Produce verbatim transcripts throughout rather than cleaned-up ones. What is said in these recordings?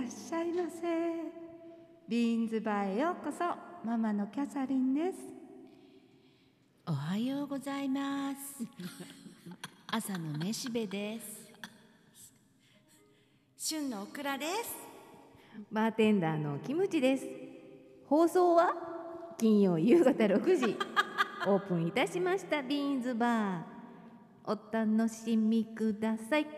っしゃいませ。ビーンズバーへようこそ。ママのキャサリンです。 おはようございます。朝のめしべです。 旬のオクラです。 バーテンダーのキムチです。放送は金曜夕方ろくじオープンいたしましたビーンズバー、お楽しみください。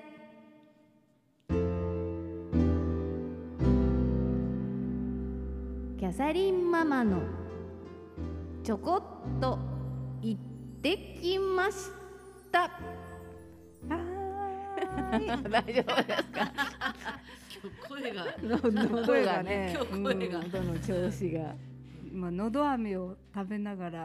キャサリンママのちょこっと行ってきました。大丈夫ですか？ 声が喉がね、 今日声が、 うん、喉の調子が今のど飴を食べながら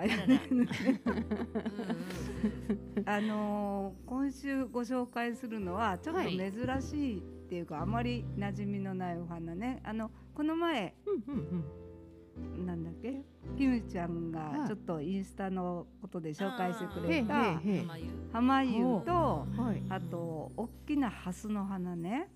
あのー、今週ご紹介するのはちょっと珍しいっていうか、はい、あまり馴染みのないお花ね。あのこの前、うんうんうん、なんだっけ、キムちゃんがちょっとインスタのことで紹介してくれた浜湯と、あと大きなハスの花ね。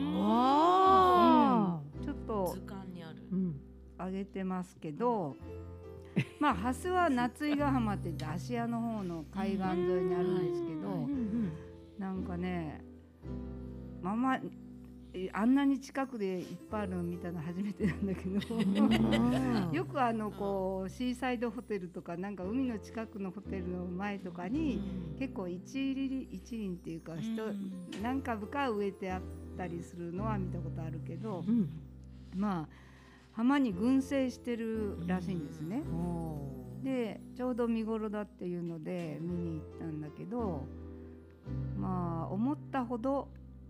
あ、うん、ちょっと図鑑にある、 うん、あげてますけど、まあハスは夏井ヶ浜って言って芦屋の方の海岸沿いにあるんですけど、なんかね、まあまああんなに近くでいっぱいあるの見たの初めてなんだけどよくあのこうシーサイドホテルとかなんか海の近くのホテルの前とかに結構一輪一輪っていうか人何株か植えてあったりするのは見たことあるけど、うん、まあ浜に群生してるらしいんですね。でちょうど見頃だっていうので見に行ったんだけど、まあ思ったほど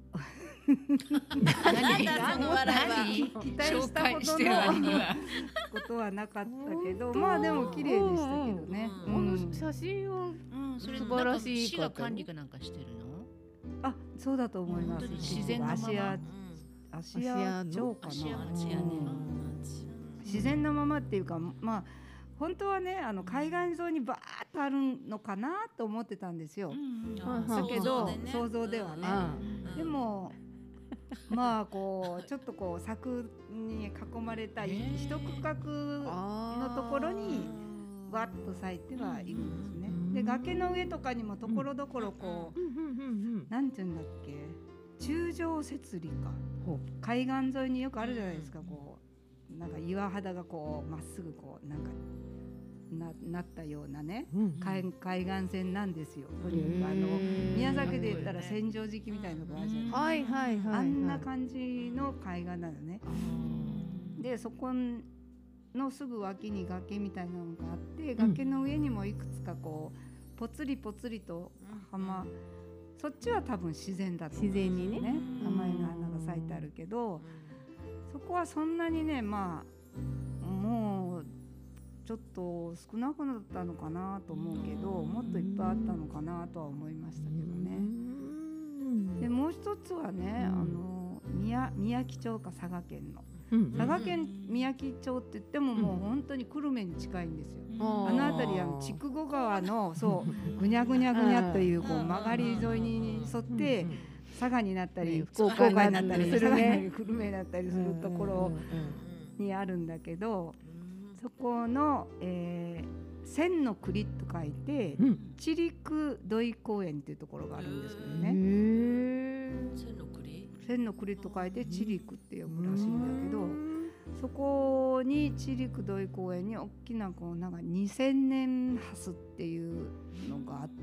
何だその笑いは期待したほどのことはなかったけど、まあでも綺麗でしたけどね。 うんうん、写真は素晴らしい。 市が管理かなんかしてるの？ あ、そうだと思います。 自然のまま。 芦屋芦屋町かな。 芦屋町やね。 自然のままっていうか、まあ本当はね、あの海岸沿いにバーッとあるのかなと思ってたんですよ。だけど想像ではね。でもまあこうちょっとこう柵に囲まれた一区画のところにわっと咲いてはいるんですね。で崖の上とかにもところどころこうなんていうんだっけ、柱状節理か、海岸沿いによくあるじゃないですか。こうなんか岩肌がこうまっすぐこうなんか な, なったようなね、うんうん、海, 海岸線なんですよ。とにかくあの宮崎で言ったら千畳敷みたいなのがあるじゃないですか、はいはいはいはい、あんな感じの海岸なのね。でそこのすぐ脇に崖みたいなのがあって、崖の上にもいくつかこうぽつりぽつりと浜、そっちは多分自然だと思うんですよね。自然にね、浜への花が咲いてあるけど、そこはそんなにね、まあもうちょっと少なくなったのかなと思うけど、もっといっぱいあったのかなとは思いましたけどね。でもう一つはね、あの 宮, 宮城町か佐賀県の、うん、佐賀県宮城町って言ってももう本当に久留米に近いんですよ、うん、あの辺りは筑後川のそうぐにゃぐにゃぐにゃというこう曲がり沿いに沿って佐賀になったり福岡になったりするね、久留米になったりするところにあるんだけど、そこの、えー、千の栗と書いて、うん、千陸土井公園っていうところがあるんですけどね。 千の栗千の栗と書いて千陸って呼ぶらしいんだけど、そこに千陸土井公園に大きなこうなんかにせんねんハスっていうのがあって、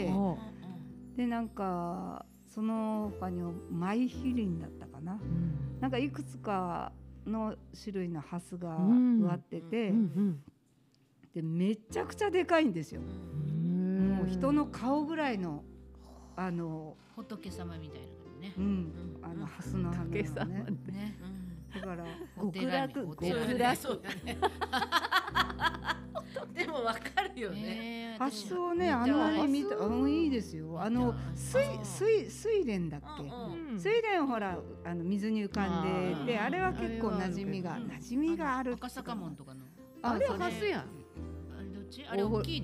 でなんかその他に舞飛輪だったかな、うん、なんかいくつかの種類のハスが植わってて、うんうんうん、でめちゃくちゃでかいんですよ。もう人の顔ぐらいのあの仏様みたいなね、 うん、あのハスの花のね、ね、だから極楽極楽そうだねでもわかるよね。 ハスをね、あんなに見た、うん、いいですよ。あの水水水蓮だっけ、うん、水蓮ほらあの水に浮かんでて、あれは結構馴染みが馴染みがある。 赤坂門とかのあれハスやん。 あれどっち？あれ大きいの？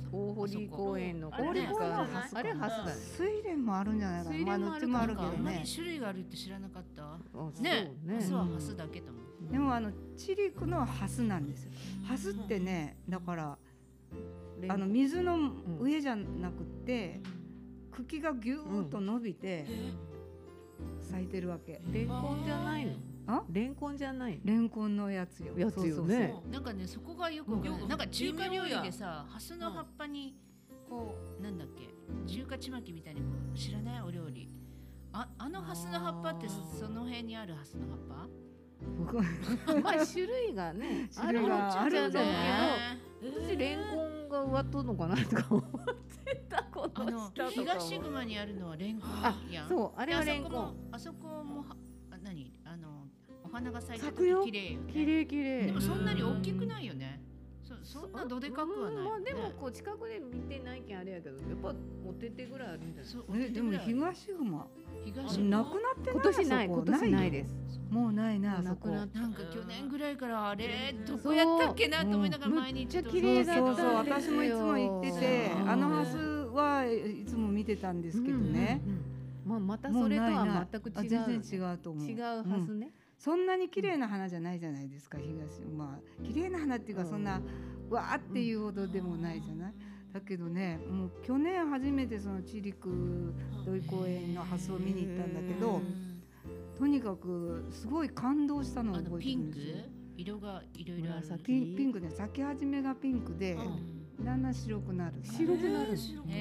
大堀公園の大堀公園はハスか。 あれハスだね。 睡蓮もあるんじゃないかな。まあどっちもあるけどね。 種類があるって知らなかった。 ね、 ハスはハスだけだもん。 でもあのチリクのはハスなんですよ。ハスってね、だからあの水の上じゃなくて茎がギューッと伸びて咲いてるわけ。 レンコンじゃないの？あ？レンコンじゃない？ レンコンのやつよ。 やつよね。 なんかね、そこがよくなんか中華料理でさ、ハスの葉っぱにこうなんだっけ、中華ちまきみたいにこう知らないお料理。あ、あのハスの葉っぱってその辺にあるハスの葉っぱ？ まあ種類がね、 種類があるんじゃないけど、私レンコンが植わっとんのかなとか思ってたことしたとか。 東熊にあるのはレンコンやん。 そう、あれはレンコン。 あそこも何、あのお花が咲いてて綺麗よね。 綺麗綺麗。 でもそんなに大きくないよね。そんなどでかくはない。 まあでもこう近くで見てないけんあれやけど、やっぱお手手ぐらいあるんじゃない？ え、でも東熊東なくなってない？ 今年ない、今年ないです。 もうないな、そこ。 なんか去年ぐらいからあれどこやったっけなと思いながら毎日そうそうそう、私もいつも行ってて、あのハスはいつも見てたんですけどね。 まあまたそれとは全く違う。 全然違うと思う。 違うハスね。 そんなに綺麗な花じゃないじゃないですか、東。まあ綺麗な花っていうかそんなわーっていうほどでもないじゃない。だけどね、もう去年初めてそのチリク土井公園のハスを見に行ったんだけど、とにかくすごい感動したのを覚えてるんですよ。 色がいろいろある。 ピンピンクで咲き始めがピンクで、だんだん白くなる。 白くなる。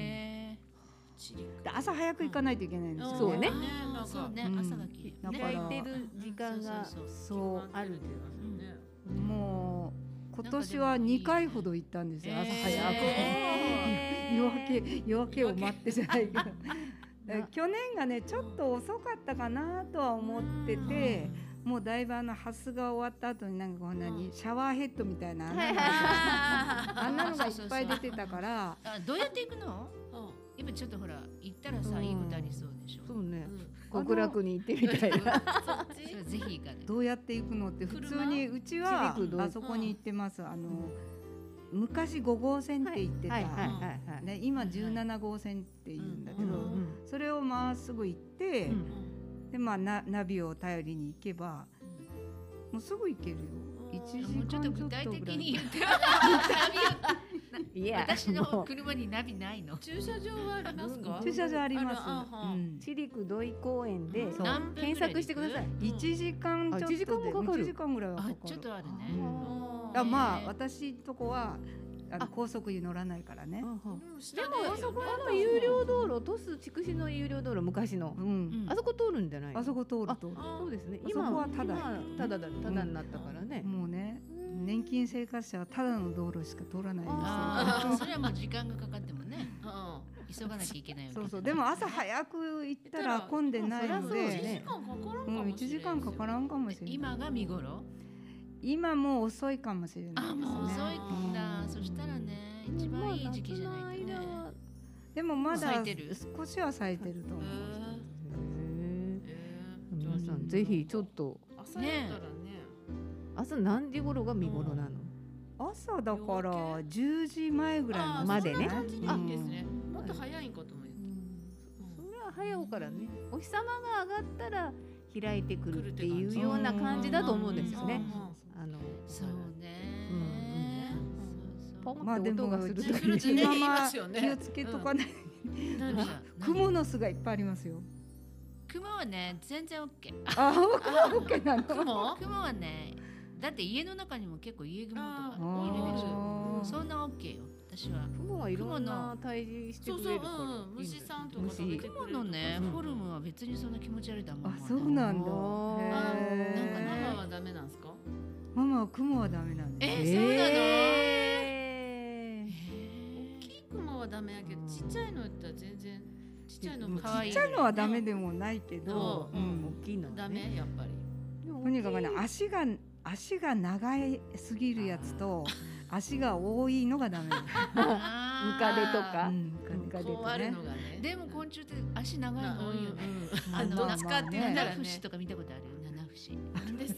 朝早く行かないといけないんですよね。 そうね。 そうね、朝が綺麗。 だから焼いてる時間がそうある。 もう今年はにかいほど行ったんですよ。朝早く。夜明け夜明けを待ってじゃないけど。去年がねちょっと遅かったかなとは思ってて、もうだいぶあのハスが終わった後になんかこんなにシャワーヘッドみたいなあんなのがいっぱい出てたから。 どうやって行くの？やっぱちょっとほら行ったらさいいことありそうでしょ。 そうね。極楽に行ってみたいな。 ぜひ行かね。 どうやって行くのって普通にうちはあそこに行ってます。あの昔ご号線って言ってた。ね、今じゅうなな号線って言うんだけど、それをまっすぐ行って、でまあなナビを頼りに行けばもうすぐ行けるよ。いちじかんちょっと具体的に言って。 いや、 私の車にナビないの？ 駐車場はありますか？ 駐車場あります。 チリク土井公園で検索してください。 いちじかんちょっとでいちじかんぐらいはかかる。 ちょっとあるね。 あ、まあ私とこはあの高速に乗らないからね。でもあそこの有料道路、鳥栖筑紫の有料道路昔の、あそこ通るんじゃない？ あそこ通ると。 そうですね。 今はただただだただになったからね。 もうね。年金生活者はただの道路しか通らないんですよ。 あそれはもう時間がかかってもね、急がなきゃいけないわけ。 そうそう。でも朝早く行ったら混んでないので、いちじかんかからんかもしれない。 今が見頃？ 今もう遅いかもしれないですね。 あ、もう遅いんだ。そしたらね、一番いい時期じゃないとね。 でもまだ少しは咲いてると思う。 皆さんぜひちょっと朝やったらね。 朝何時頃が見頃なの？ 朝だからじゅうじまえぐらいまでね。 あ、いいですね。もっと早いんかと思う。 それは早うからね。お日様が上がったら開いてくるっていうような感じだと思うんですよね。あの、 そうね。 ポンって音がするときに今気をつけとかない。クモの巣がいっぱいありますよ。 クモはね全然オッケー。 あ、オッケーなの。 クモ？クモはね。だって家の中にも結構家雲とかいるでしょ。そんなオッケーよ。私は。 雲はいろんな退治してくれるから。 虫さんとか食べてくれる。 雲のねフォルムは別にそんな気持ち悪いと思う。 あ、そうなんだ。 なんかね、ママはダメなんですか？ ママは雲はダメなんです。 え、そうなの？ 大きい雲はダメやけど、ちっちゃいのやったら全然ちっちゃいのもちっちゃいのはダメでもないけど、 大きいのダメやっぱり。 とにかくね、足が足が長いすぎるやつと足が多いのがダメ。ムカデとか、 ムカデとかね。 でも昆虫って足長いの多いよね。 あのどっちかって言ったらね。 七節とか見たことあるよ。七節。 何です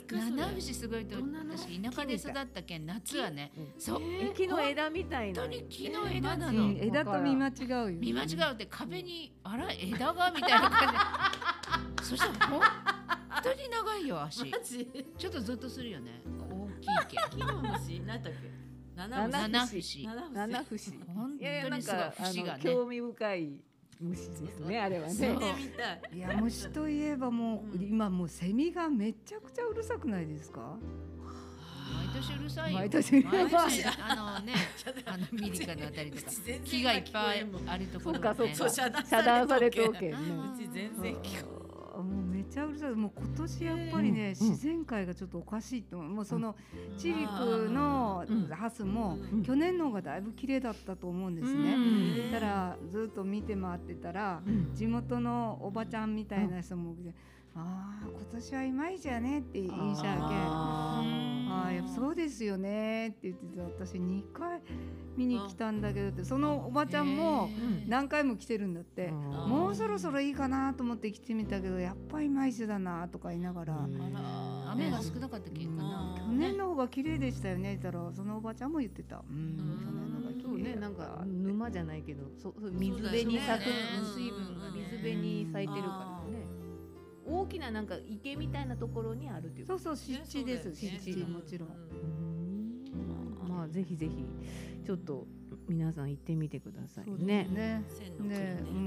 七節すごいと私田舎で育ったけん夏はね、そう木の枝みたいな、 本当に木の枝なの。 枝と見間違うよ。 見間違うって壁にあら枝がみたいな感じ。そしたら本当に長いよ足。ちょっとゾッとするよね。大きいけん。 木の虫なんだっけ？ 七節。 七節。 本当にすごい節がね。 興味深い虫ですね、あれはね。 いや、虫といえばもう、うん、今もうセミがめちゃくちゃうるさくないですか？ 毎年うるさいよ。 毎年毎年あのね、あのミリカのあたりとか木がいっぱいあるところがね。 そうかそうか。遮断されておけんね。 うち全然聞こえ。 もうめちゃうるさい。もう今年やっぱりね、自然界がちょっとおかしいと思う。もうそのチリクのハスも去年の方がだいぶ綺麗だったと思うんですね。だからずっと見て回ってたら、地元のおばちゃんみたいな人もああ今年はいまいちやねって言いしゃけん、ああやっぱそうですよねって言ってて、私にかい見に来たんだけどって、そのおばちゃんも何回も来てるんだって、もうそろそろいいかなと思って来てみたけどやっぱいまいちだなとか言いながら、 雨が少なかったけんかな。 去年の方が綺麗でしたよねって言ったら、そのおばちゃんも言ってた。うん、去年の方が綺麗。 ね、なんか沼じゃないけど、そ水辺に咲く水分が水辺に咲いてるからね。大きななんか池みたいなところにあるっていう。 そうそう、湿地です。湿地もちろん。 まあぜひぜひちょっと皆さん行ってみてくださいね。 ね。 ね、うん、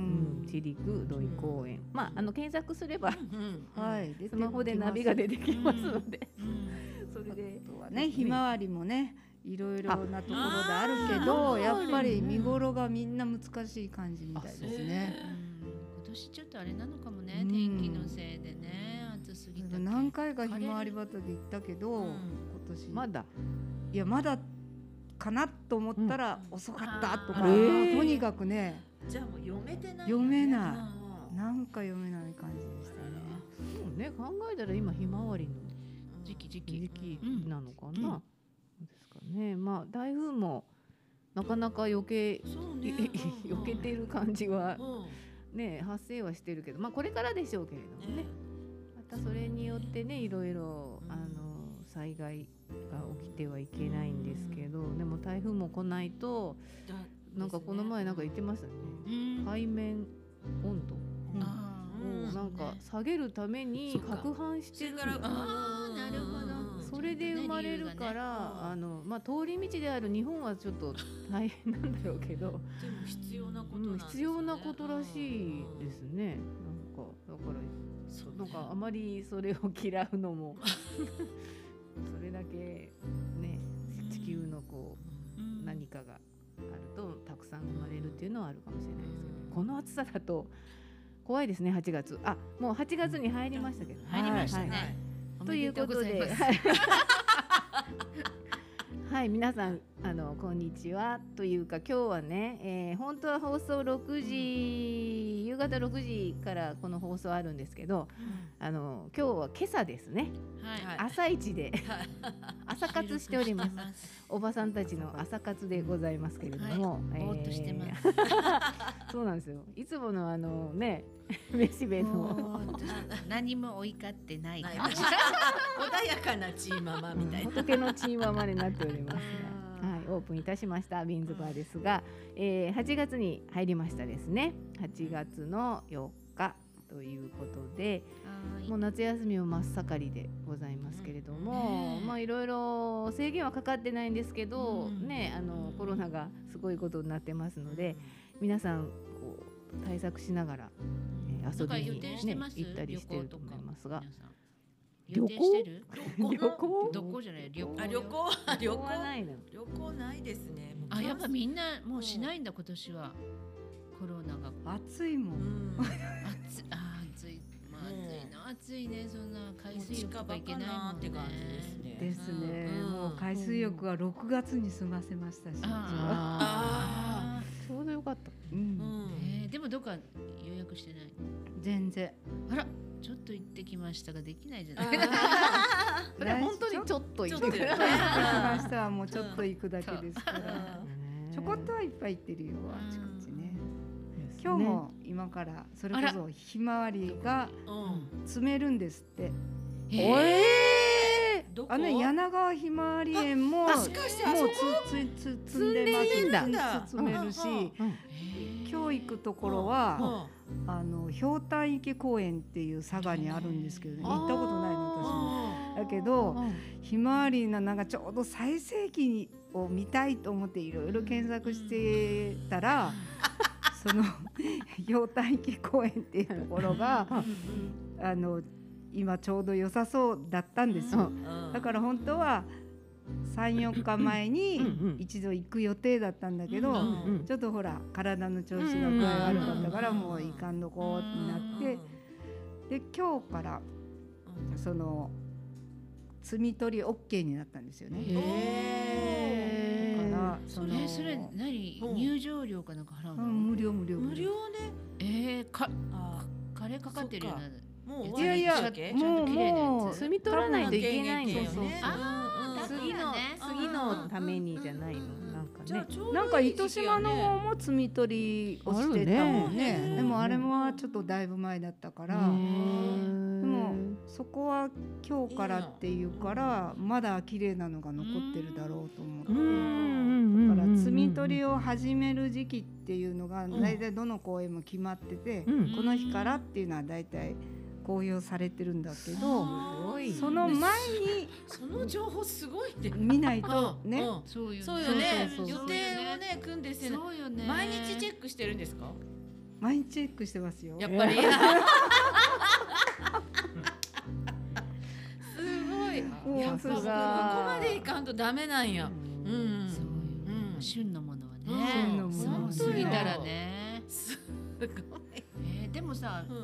チリク土井公園。まああの検索すれば、 はい、 スマホでナビが出てきますので、それでね、ひまわりもね、いろいろなところであるけど、やっぱり見頃がみんな難しい感じみたいですね。 今年ちょっとあれなのかもね、天気のせいでね、暑すぎた。 何回かひまわり畑行ったけど、今年まだいやまだかなと思ったら遅かったとか、とにかくね、 じゃあもう読めてない。 読めない。なんか読めない感じでしたね。 そうね、考えたら今ひまわりの時期時期時期なのかな。ですかね。まあ台風もなかなか余計避けてる感じは。ね、発生はしてるけど、まあこれからでしょうけれどもね、またそれによってね、いろいろあの災害が起きてはいけないんですけど、でも台風も来ないと、なんかこの前なんか言ってましたね、海面温度をなんか下げるために攪拌してる。 ああ、なるほど。 それで生まれるから、あのまあ通り道である日本はちょっと大変なんだろうけど、でも必要なことなんですね。 必要なことらしいですね。なんかだからなんかあまりそれを嫌うのもそれだけね、地球のこう何かがあるとたくさん生まれるっていうのはあるかもしれないですけど、この暑さだと怖いですね。はちがつ、あ、もうはちがつに入りましたけど、 入りましたね。 ということで、はい、皆さんあのこんにちはというか、今日はね、えー、本当は放送ろくじ、夕方ろくじからこの放送あるんですけど、うん、あの今日は今朝ですね、はい、朝一で朝活しております。おばさんたちの朝活でございますけれども、 はい、ぼーっとしてます。 そうなんですよ。いつものあのね、めしべの何も追いかってない穏やかなチーママみたいな、 仏のチーママになっておりますが、はい、オープンいたしましたビーンズバーですが、えー、はちがつに入りましたですね。はちがつのよっかということで、もう夏休みも真っ盛りでございますけれども、まあいろいろ制限はかかってないんですけど、ね、あのコロナがすごいことになってますので、皆さんこう対策しながら、えー、遊びに、ね、行ったりしてると思いますが、 旅行してる？ 旅行？ どこじゃない？旅行？ あ、旅行？旅行はないの？ 旅行ないですね。 あ、やっぱみんなもうしないんだ今年は。コロナが暑いもん。 暑い、あ、暑い、まあ暑いな、暑いね。そんな海水浴とか行けないもんね。 ですね。もう海水浴はろくがつに済ませましたし。 ああ、ちょうどよかった。 うん。えー、でもどっか予約してない？ 全然。 あら。ちょっと行ってきましたができないじゃない。 それ本当にちょっと行ってきましたはもうちょっと行くだけですから。ちょこっとはいっぱい行ってるよ、あちこちね。今日も今からそれこそひまわりが摘めるんですって。 ええ。 あの柳川ひまわり園ももうつつつ積んでます。包めるし、今日行くところはあのひょうたん池公園っていう佐賀にあるんですけど、ね、行ったことないの私も。だけどひまわりのなんかちょうど最盛期を見たいと思っていろいろ検索してたらそのひょうたん池公園っていうところがあの今ちょうど良さそうだったんですよ。だから本当はさん、よっかまえに一度行く予定だったんだけど、ちょっとほら体の調子が具合悪かったからもういかんどこうになって、で今日からその摘み取り オーケー になったんですよね。だからそのえそれ何入場料かなんか払うの？ 無料無料無料ね。 えー、か金かかってるような。 いやいやもうもう摘み取らないといけないんだよね。 次の次のためにじゃないのなんかね。 なんか糸島の方も摘み取りをしてたもんね。でもあれもちょっとだいぶ前だったから。でもそこは今日からっていうからまだ綺麗なのが残ってるだろうと思って。だから摘み取りを始める時期っていうのがだいたいどの公園も決まってて、この日からっていうのはだいたい公表されてるんだけど、その前にその情報すごいね。 見ないとね。 そうよね。予定をね組んでして毎日チェックしてるんですか？ 毎日チェックしてますよ。 やっぱり。すごい。やっぱここまでいかんとダメなんや。うん。 旬のものはね。 旬のもの過ぎたらね。すごい。えー、でもさ、うん、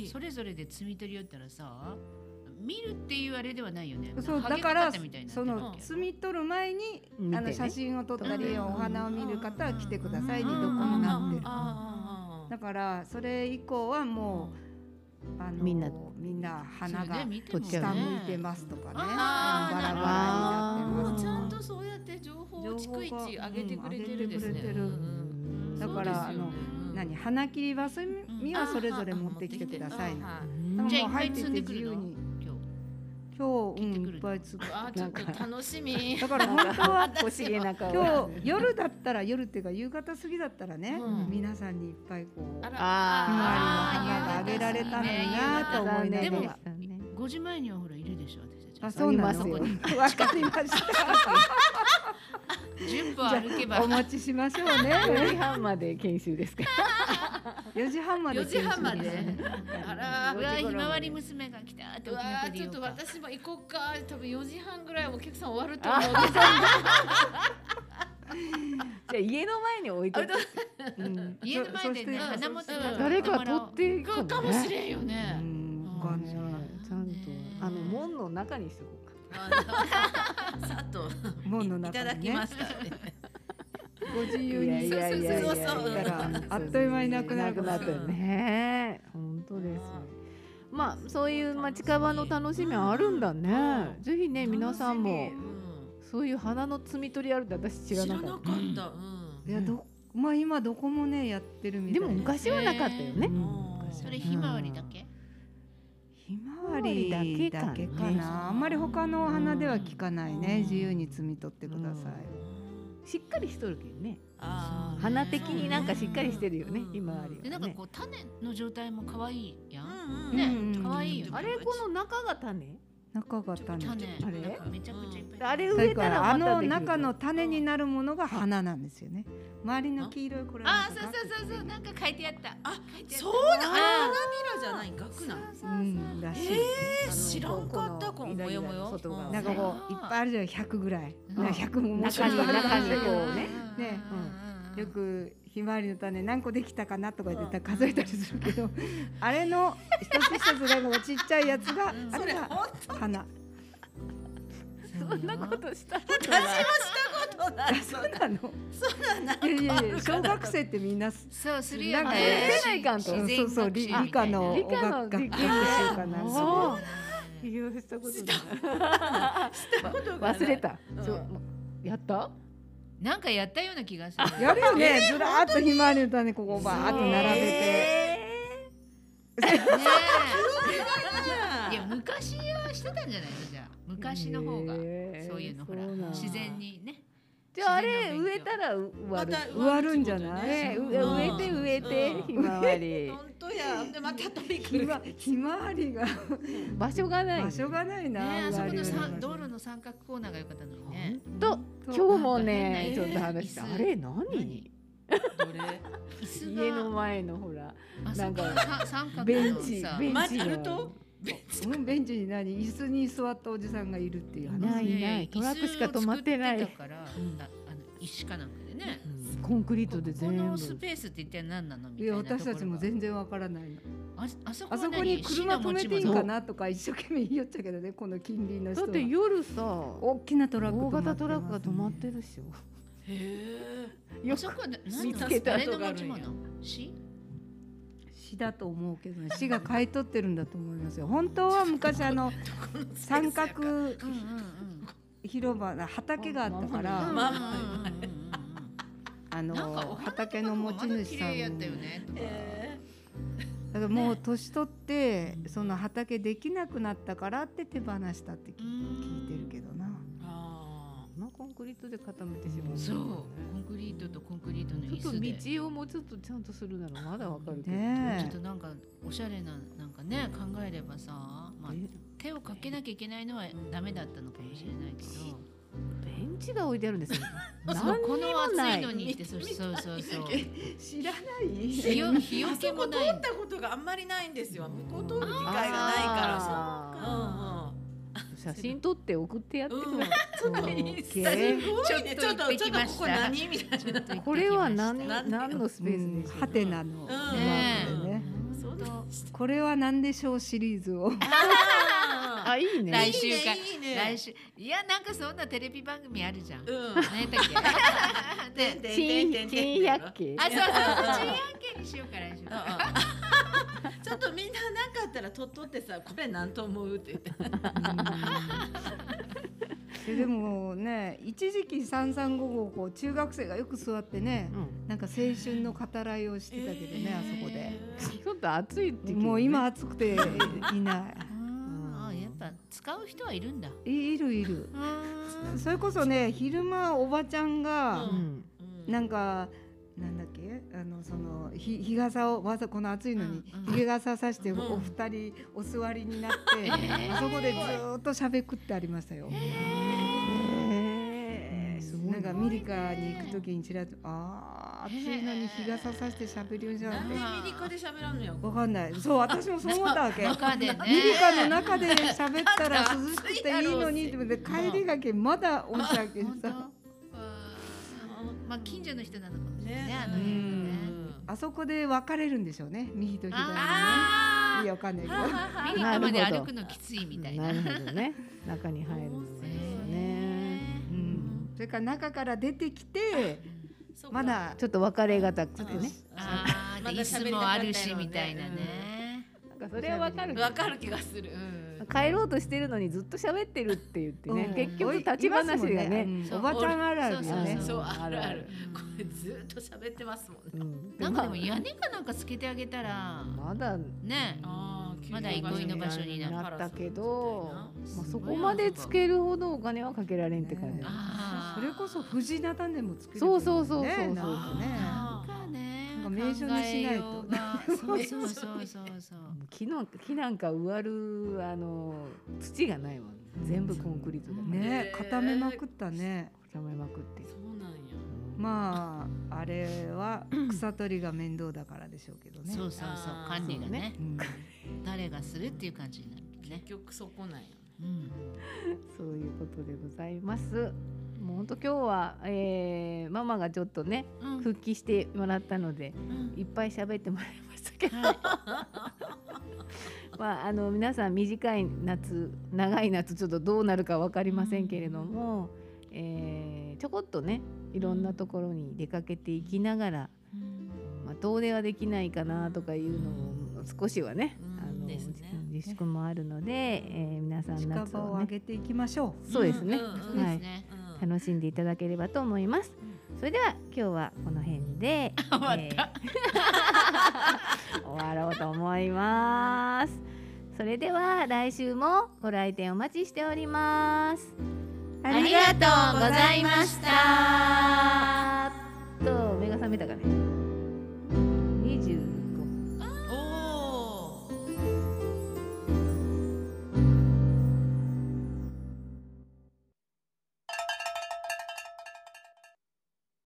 それぞれで摘み取り寄ったらさ見るっていうあれではないよね。 そうだからその摘み取る前に、ね、あの写真を撮ったり、うん、お花を見る方は来てくださいにどこもなってる。だからそれ以降はもうあのみんなみんな花が下向いてますとかね、バラバラになってます。 ちゃんとそうやって情報を逐一上げてくれてるですね。 だからあの何花切りバスミはそれぞれ持ってきてくださいな。 じゃあ入ってて自由に今日うんいっぱいつく。 あちょっと楽しみ。 だから本当は今日夜だったら夜っていうか夕方過ぎだったらね、皆さんにいっぱいこうひまわりの花があげられたのになと思いながら。でもごじまえにはほらいるでしょ私たち。 あそうなんですよ。わかりました。 じゅっぷん歩けばお待ちしましょうね。 よじはんまで研修ですか。 よじはんまでよじはんまで。 あらうわひまわり娘が来たって。 うわちょっと私も行こうか。多分よじはんぐらいお客さん終わると思う。じゃあ家の前に置いとく。 家の前でね花持って誰か取っていくかもしれんよね。 ちゃんとあの門の中にしとこうか。 さっと門の中にね。 いただきました。 ご自由にそうそうそうそうあっという間になくなるなくね。本当です。まあそういうまあ近場の楽しみはあるんだね。ぜひね皆さんもそういう花の摘み取りあるって私知らなかった。 いやどまあ今どこもねやってるみたい。 でも昔はなかったよね。 それひまわりだけ？ ひまわりだけかな。あんまり他のお花では聞かないね。自由に摘み取ってください。 しっかりしとるけどね。花的になんかしっかりしてるよね。ひまわり。 でなんかこう種の状態も可愛いやん。ね可愛いよね。 あれこの中が種？ 中が種。 あれめちゃくちゃいっぱい。 あれ植えたらあの中の種になるものが花なんですよね。周りの黄色いこれは。 あそうそうそうそうなんか書いてあった。 あそうな。花びらじゃない額なん。 うんらしい。 え知らんかったこのもよもよ。 なんかこういっぱいあるじゃんひゃくぐらい。ひゃくももし中に中にこうね。 ねよくひまわりの種何個できたかなとか言ってたら数えたりするけど、あれの一つ一つなんかちっちゃいやつがあれが花。 そんなことした私もしたことない。 そうなの。 そうなの。 いやいや小学生ってみんなそうするよね。 なんかないかんと。 そうそう理科の理科の学学習かな。 そう。いろいろしたことない。 したことがない。 忘れた。やった？ なんかやったような気がする。 やるよね。ずらーっとひまわりの種ここバーっと並べて。 いや昔はしたしてたんじゃないのじゃあ昔の方がそういうのほら自然にね。 じゃああれ植えたら植わる植わるんじゃない？ 植えて植えてひまわり。 本当や。でまた飛び来る。 ひまわりが場所がない。 場所がないな。 ねあそこの道路の三角コーナーが良かったのにね。 と今日もねちょっと話してあれ何？ どれ？ 家の前のほらなんかベンチベンチあると。 ベンチに何椅子に座ったおじさんがいるっていう話。 ないないトラックしか止まってない。 だからあの石かなんかでね。 コンクリートで全部。 このスペースって一体何なのみたいな。 いや私たちも全然わからないの。 ああそこに車止めていいかなとか一生懸命言っちゃうけどねこの近隣の人は。 だって夜さ大きなトラック大型トラックが止まってるでしょ。 へえ。あそこは見つけた誰の持ち物？市？ 市だと思うけどね市が買い取ってるんだと思いますよ。本当は昔あの三角広場畑があったからあの畑の持ち主さんもだからもう年取ってその畑できなくなったからって手放したって聞いてるけどな。 コンクリートで固めてしまう。 そうコンクリートとコンクリートの椅子でちょっと道をもうちょっとちゃんとするならまだわかるけど、 ね、ちょっとなんかおしゃれななんかね考えればさ、まあ、手をかけなきゃいけないのはダメだったのかもしれないけどベンチが置いてあるんですよ。 そうこの暑いのにってそうそうそうそう知らない日よ日よけもない。 通ったことがあんまりないんですよ。向こう通る機会がないからさ。 写真撮って送ってやってくれ。 ちょっとちょっとちょっとここ何みたいな。 これは何何のスペースですか。 ハテナのマークでね。これは何でしょうシリーズを。 あいいね。 来週か来週いやなんかそんなテレビ番組あるじゃん。何だっけ。 珍百景。 あそうそう珍百景にしようか来週。 ちょっとみんな何かあったらとっとってさこれ何と思うって言ってでもね一時期さんさんごごこう中学生がよく座ってね、うん、なんか青春の語らいをしてたけどね、えー、あそこでちょっと暑いってもう今暑くていないあやっぱ使う人はいるんだ。 いるいるそれこそね昼間おばちゃんが、うん、なんかなんだっけあのその日日傘をわざこの暑いのに日傘さしてお二人お座りになって、あそこでずっとしゃべくってありましたよ。なんかミリカに行くときにちらっとああ暑いのに日傘さしてしゃべるんじゃなくて。 なんでミリカでしゃべらんのよ。 わかんない。そう私もそう思ったわけ。 中でね。 ミリカの中でしゃべったら涼しくていいのにって思って帰りがけまだおしゃけさ。 まあ近所の人なのかもしれないねあの辺ね。 あそこで分かれるんでしょうね右と左にね。いやわかんないけど。 ミリカまで歩くのきついみたいな。 なるほどね。中に入るのですね。 うん。それから中から出てきてまだちょっと別れがたくてね。 ああ椅子もあるしみたいなね。 なんかそれはわかる。 わかる気がする。 帰ろうとしてるのにずっと喋ってるって言ってね、結局立ち話がね、 おばちゃんあるあるよね。 そうあるある。これずっと喋ってますもんね。 なんかでも屋根かなんかつけてあげたらまだね、まだ憩いの場所になったけど、まあそこまでつけるほどお金はかけられんって感じ。 それこそ藤菜種もつける。 そうそうそうそうそうね。名所にしないと。 そうそうそうそうそう。 木の木なんか植わるあの土がないもん。全部コンクリートだね。固めまくったね。 固めまくって。 そうなんや。 まああれは草取りが面倒だからでしょうけどね。 そうそうそう管理がね。誰がするっていう感じになるね。 結局そこなんや。 そういうことでございます。もう本当今日は、えー、ママがちょっとね、うん、復帰してもらったので、うん、いっぱい喋ってもらいましたけど、はいまあ、あの皆さん短い夏長い夏ちょっとどうなるか分かりませんけれども、うんえー、ちょこっとねいろんなところに出かけていきながら、うんまあ、遠出はできないかなとかいうのも少しはね、うん、あのですね自粛もあるので、えー、皆さん夏を、ね、 近場を上げていきましょう。 そうですね、うんうん、はい、楽しんでいただければと思います。それでは今日はこの辺で終わった、 えー、終わろうと思います。 それでは来週もご来店お待ちしております。 ありがとうございました。 と目が覚めたかね。